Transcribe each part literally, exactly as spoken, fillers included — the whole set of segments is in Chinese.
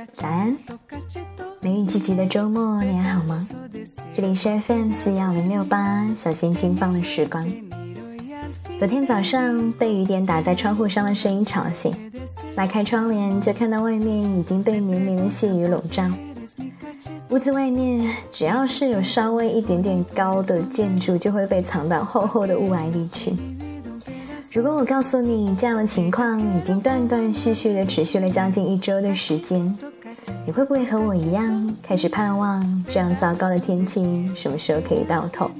早安，梅雨季节的周末你还好吗？这里是 F M 四一零六八小心轻放的时光。昨天早上被雨点打在窗户上的声音吵醒，拉开窗帘就看到外面已经被绵绵的细雨笼罩。屋子外面只要是有稍微一点点高的建筑，就会被藏到厚厚的雾霭里去。如果我告诉你这样的情况已经断断续续的持续了将近一周的时间，你会不会和我一样开始盼望这样糟糕的天气什么时候可以到头？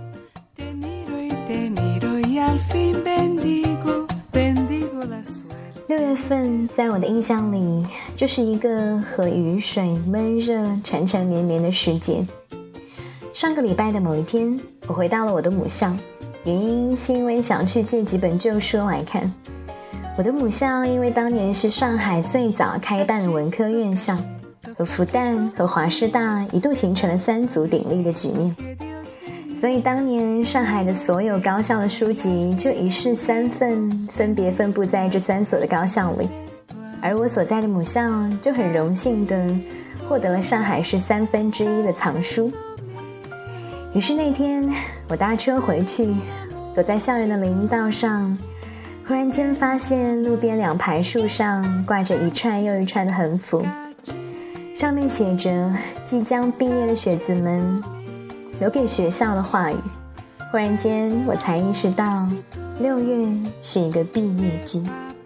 六月份在我的印象里就是一个和雨水闷热缠缠绵绵的时节。上个礼拜的某一天，我回到了我的母校，原因是因为想去借几本旧书来看。我的母校因为当年是上海最早开办的文科院校，和复旦和华师大一度形成了三足鼎立的局面，所以当年上海的所有高校的书籍就一式三份，分别分布在这三所的高校里，而我所在的母校就很荣幸地获得了上海市三分之一的藏书。于是那天我搭车回去，走在校园的林道上，忽然间发现路边两排树上挂着一串又一串的横幅，上面写着即将毕业的学子们留给学校的话语。忽然间我才意识到，六月是一个毕业季。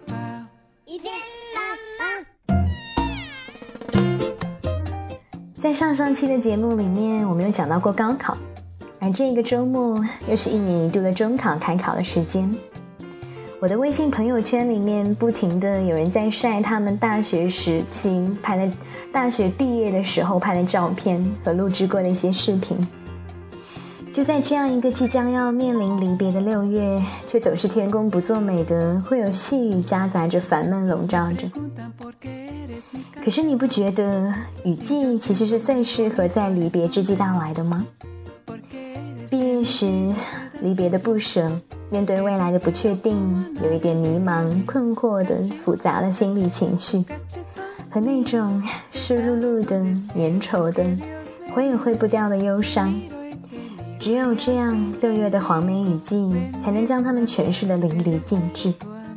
在上上期的节目里面，我们有讲到过高考，而这个周末又是一年一度的中考开考的时间。我的微信朋友圈里面不停的有人在晒他们大学时期拍的大学毕业的时候拍的照片和录制过的一些视频。就在这样一个即将要面临离别的六月，却总是天公不作美的会有细雨夹杂着烦闷笼罩着。可是你不觉得雨季其实是最适合在离别之际到来的吗？毕业时离别的不舍，面对未来的不确定，有一点迷茫困惑的复杂的心理情绪，和那种湿漉漉的粘稠的挥也挥不掉的忧伤，只有这样，六月的黄梅雨季才能将它们诠释得淋漓尽致。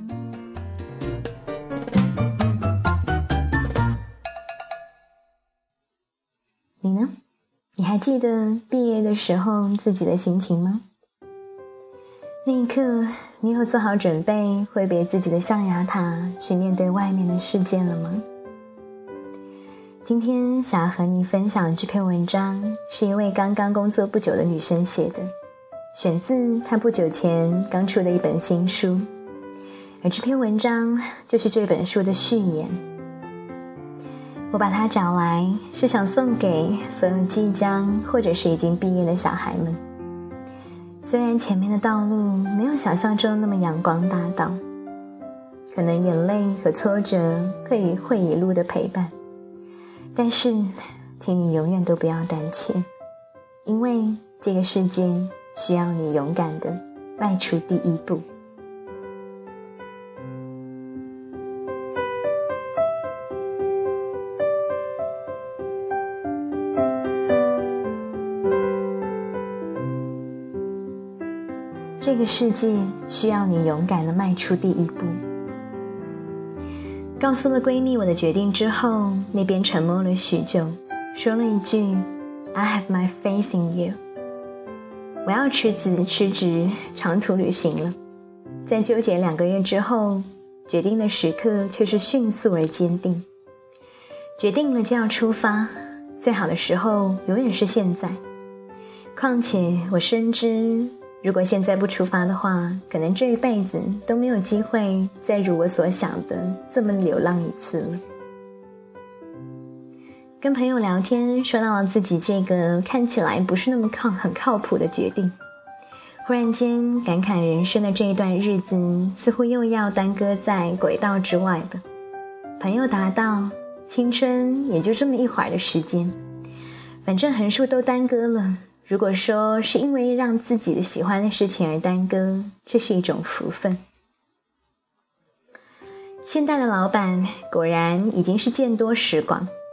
你呢？你还记得毕业的时候自己的心情吗？那一刻，你有做好准备挥别自己的象牙塔，去面对外面的世界了吗？今天想要和你分享的这篇文章，是一位刚刚工作不久的女生写的，选自她不久前刚出的一本新书，而这篇文章就是这本书的序言。我把它找来，是想送给所有即将或者是已经毕业的小孩们。虽然前面的道路没有想象中那么阳光大道，可能眼泪和挫折会会一路的陪伴，但是请你永远都不要胆怯，因为这个世界需要你勇敢的迈出第一步。这个世界需要你勇敢地迈出第一步。告诉了闺蜜我的决定之后，那边沉默了许久，说了一句 I have my faith in you。 我要辞职辞职长途旅行了。在纠结两个月之后，决定的时刻却是迅速而坚定。决定了就要出发，最好的时候永远是现在。况且我深知，如果现在不出发的话，可能这一辈子都没有机会再如我所想的这么流浪一次了。跟朋友聊天，说到了自己这个看起来不是那么靠很靠谱的决定，忽然间感慨人生的这一段日子似乎又要耽搁在轨道之外了。朋友答道，青春也就这么一会儿的时间，反正横竖都耽搁了，如果说是因为让自己的喜欢的事情而耽搁，这是一种福分。现代的老板果然已经是见多识广，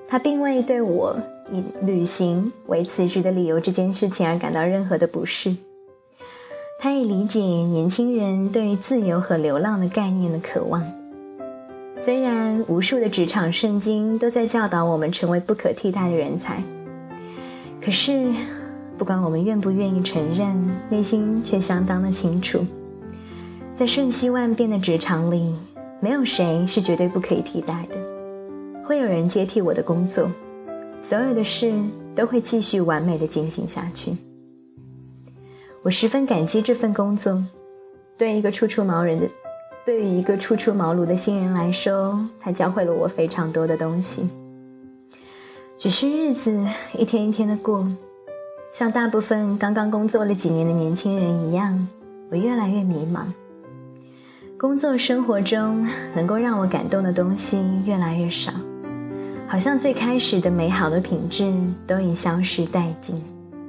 他并未对我以旅行为辞职的理由这件事情而感到任何的不适。他也理解年轻人对于自由和流浪的概念的渴望。虽然无数的职场圣经都在教导我们成为不可替代的人才，可是不管我们愿不愿意承认，内心却相当的清楚，在瞬息万变的职场里，没有谁是绝对不可以替代的。会有人接替我的工作，所有的事都会继续完美的进行下去。我十分感激这份工作，对一个初出茅人的对于一个初出茅庐的新人来说，它教会了我非常多的东西。只是日子一天一天的过，像大部分刚刚工作了几年的年轻人一样，我越来越迷茫。工作生活中能够让我感动的东西越来越少，好像最开始的美好的品质都已消失殆尽。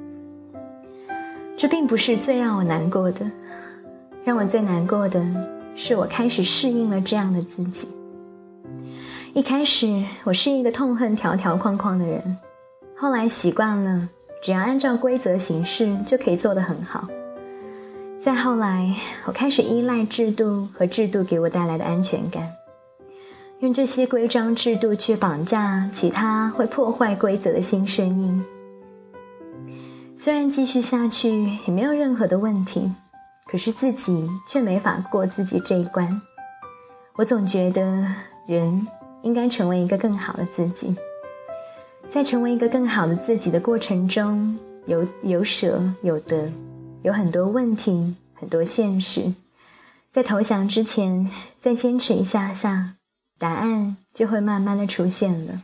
这并不是最让我难过的，让我最难过的是我开始适应了这样的自己。一开始我是一个痛恨条条框框的人，后来习惯了只要按照规则行事就可以做得很好。再后来我开始依赖制度和制度给我带来的安全感，用这些规章制度去绑架其他会破坏规则的新声音。虽然继续下去也没有任何的问题，可是自己却没法过自己这一关。我总觉得人应该成为一个更好的自己，在成为一个更好的自己的过程中，有有舍有得，有很多问题，很多现实，在投降之前再坚持一下下，答案就会慢慢的出现了。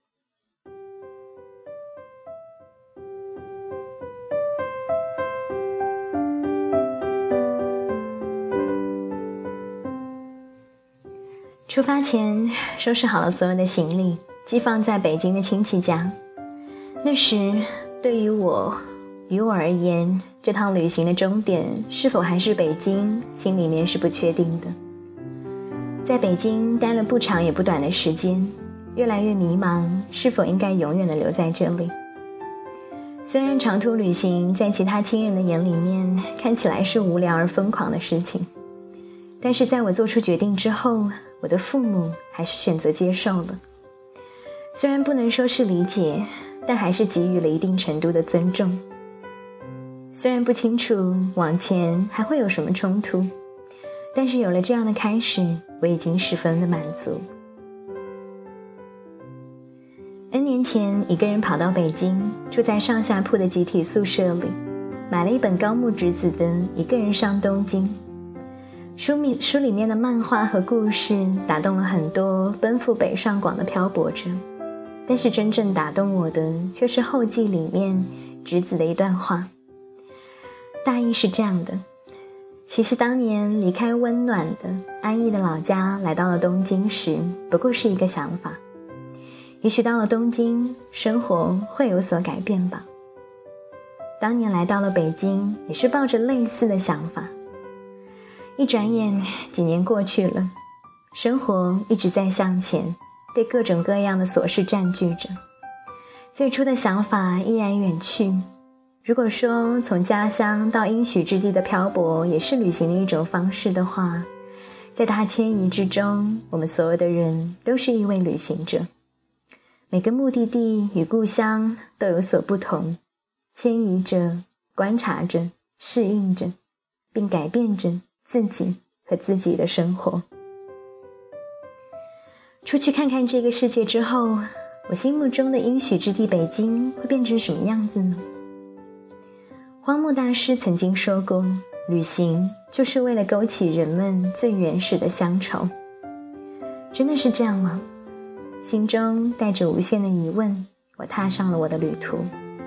出发前收拾好了所有的行李，寄放在北京的亲戚家。那时对于我于我而言，这趟旅行的终点是否还是北京，心里面是不确定的。在北京待了不长也不短的时间，越来越迷茫，是否应该永远的留在这里。虽然长途旅行在其他亲人的眼里面看起来是无聊而疯狂的事情，但是在我做出决定之后，我的父母还是选择接受了。虽然不能说是理解，但还是给予了一定程度的尊重。虽然不清楚往前还会有什么冲突，但是有了这样的开始，我已经十分的满足。N 年前一个人跑到北京，住在上下铺的集体宿舍里，买了一本高木直子的《一个人上东京》。书里书里面的漫画和故事打动了很多奔赴北上广的漂泊者，但是真正打动我的却是后记里面直子的一段话。大意是这样的：其实当年离开温暖的安逸的老家，来到了东京时，不过是一个想法。也许到了东京，生活会有所改变吧。当年来到了北京，也是抱着类似的想法。一转眼几年过去了，生活一直在向前，被各种各样的琐事占据着。最初的想法依然远去。如果说从家乡到应许之地的漂泊也是旅行的一种方式的话，在大迁移之中，我们所有的人都是一位旅行者。每个目的地与故乡都有所不同，迁移着，观察着，适应着，并改变着自己和自己的生活。出去看看这个世界之后，我心目中的应许之地北京会变成什么样子呢？荒木大师曾经说过，旅行就是为了勾起人们最原始的乡愁。真的是这样吗？心中带着无限的疑问，我踏上了我的旅途。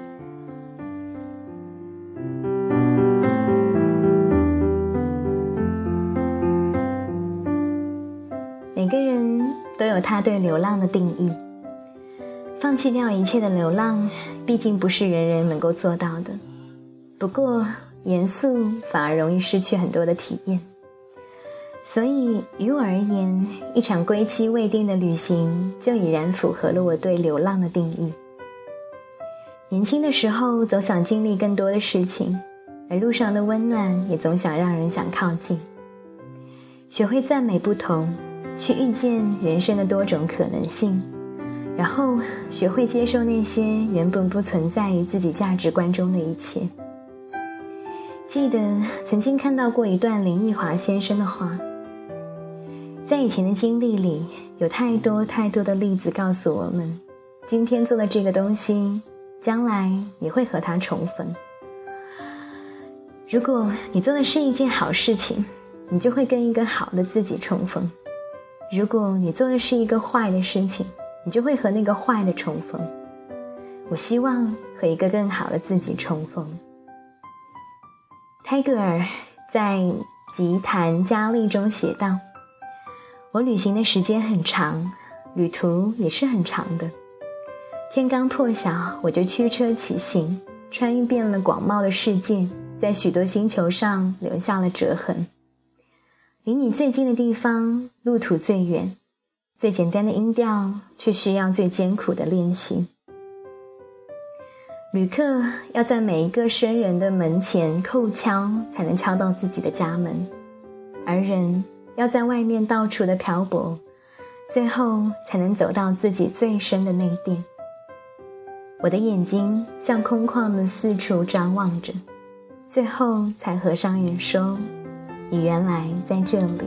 每个人都有他对流浪的定义，放弃掉一切的流浪，毕竟不是人人能够做到的。不过严肃反而容易失去很多的体验。 所以于我而言，一场归期未定的旅行就已然符合了我对流浪的定义。年轻的时候总想经历更多的事情，而路上的温暖也总想让人想靠近。学会赞美不同，去遇见人生的多种可能性，然后学会接受那些原本不存在于自己价值观中的一切。记得曾经看到过一段林奕华先生的话，在以前的经历里，有太多太多的例子告诉我们，今天做的这个东西，将来你会和它重逢。如果你做的是一件好事情，你就会跟一个好的自己重逢；如果你做的是一个坏的事情，你就会和那个坏的重逢。我希望和一个更好的自己重逢。泰戈尔在《集谈佳丽》中写道，我旅行的时间很长，旅途也是很长的。天刚破晓，我就驱车起行，穿遍了广袤的世界，在许多星球上留下了折痕。离你最近的地方，路途最远，最简单的音调却需要最艰苦的练习。旅客要在每一个生人的门前叩敲，才能敲到自己的家门，而人要在外面到处的漂泊，最后才能走到自己最深的内殿。我的眼睛向空旷的四处张望着，最后才合上眼说，你原来在这里。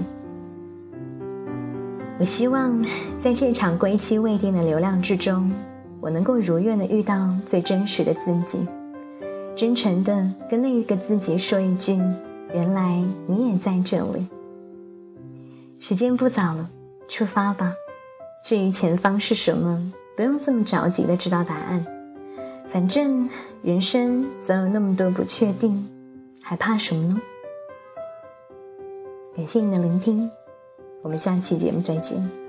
我希望在这场归期未定的流浪之中，我能够如愿地遇到最真实的自己，真诚地跟那个自己说一句，原来你也在这里。时间不早了，出发吧。至于前方是什么，不用这么着急地知道答案，反正人生总有那么多不确定，还怕什么呢？感谢你的聆听，我们下期节目再见。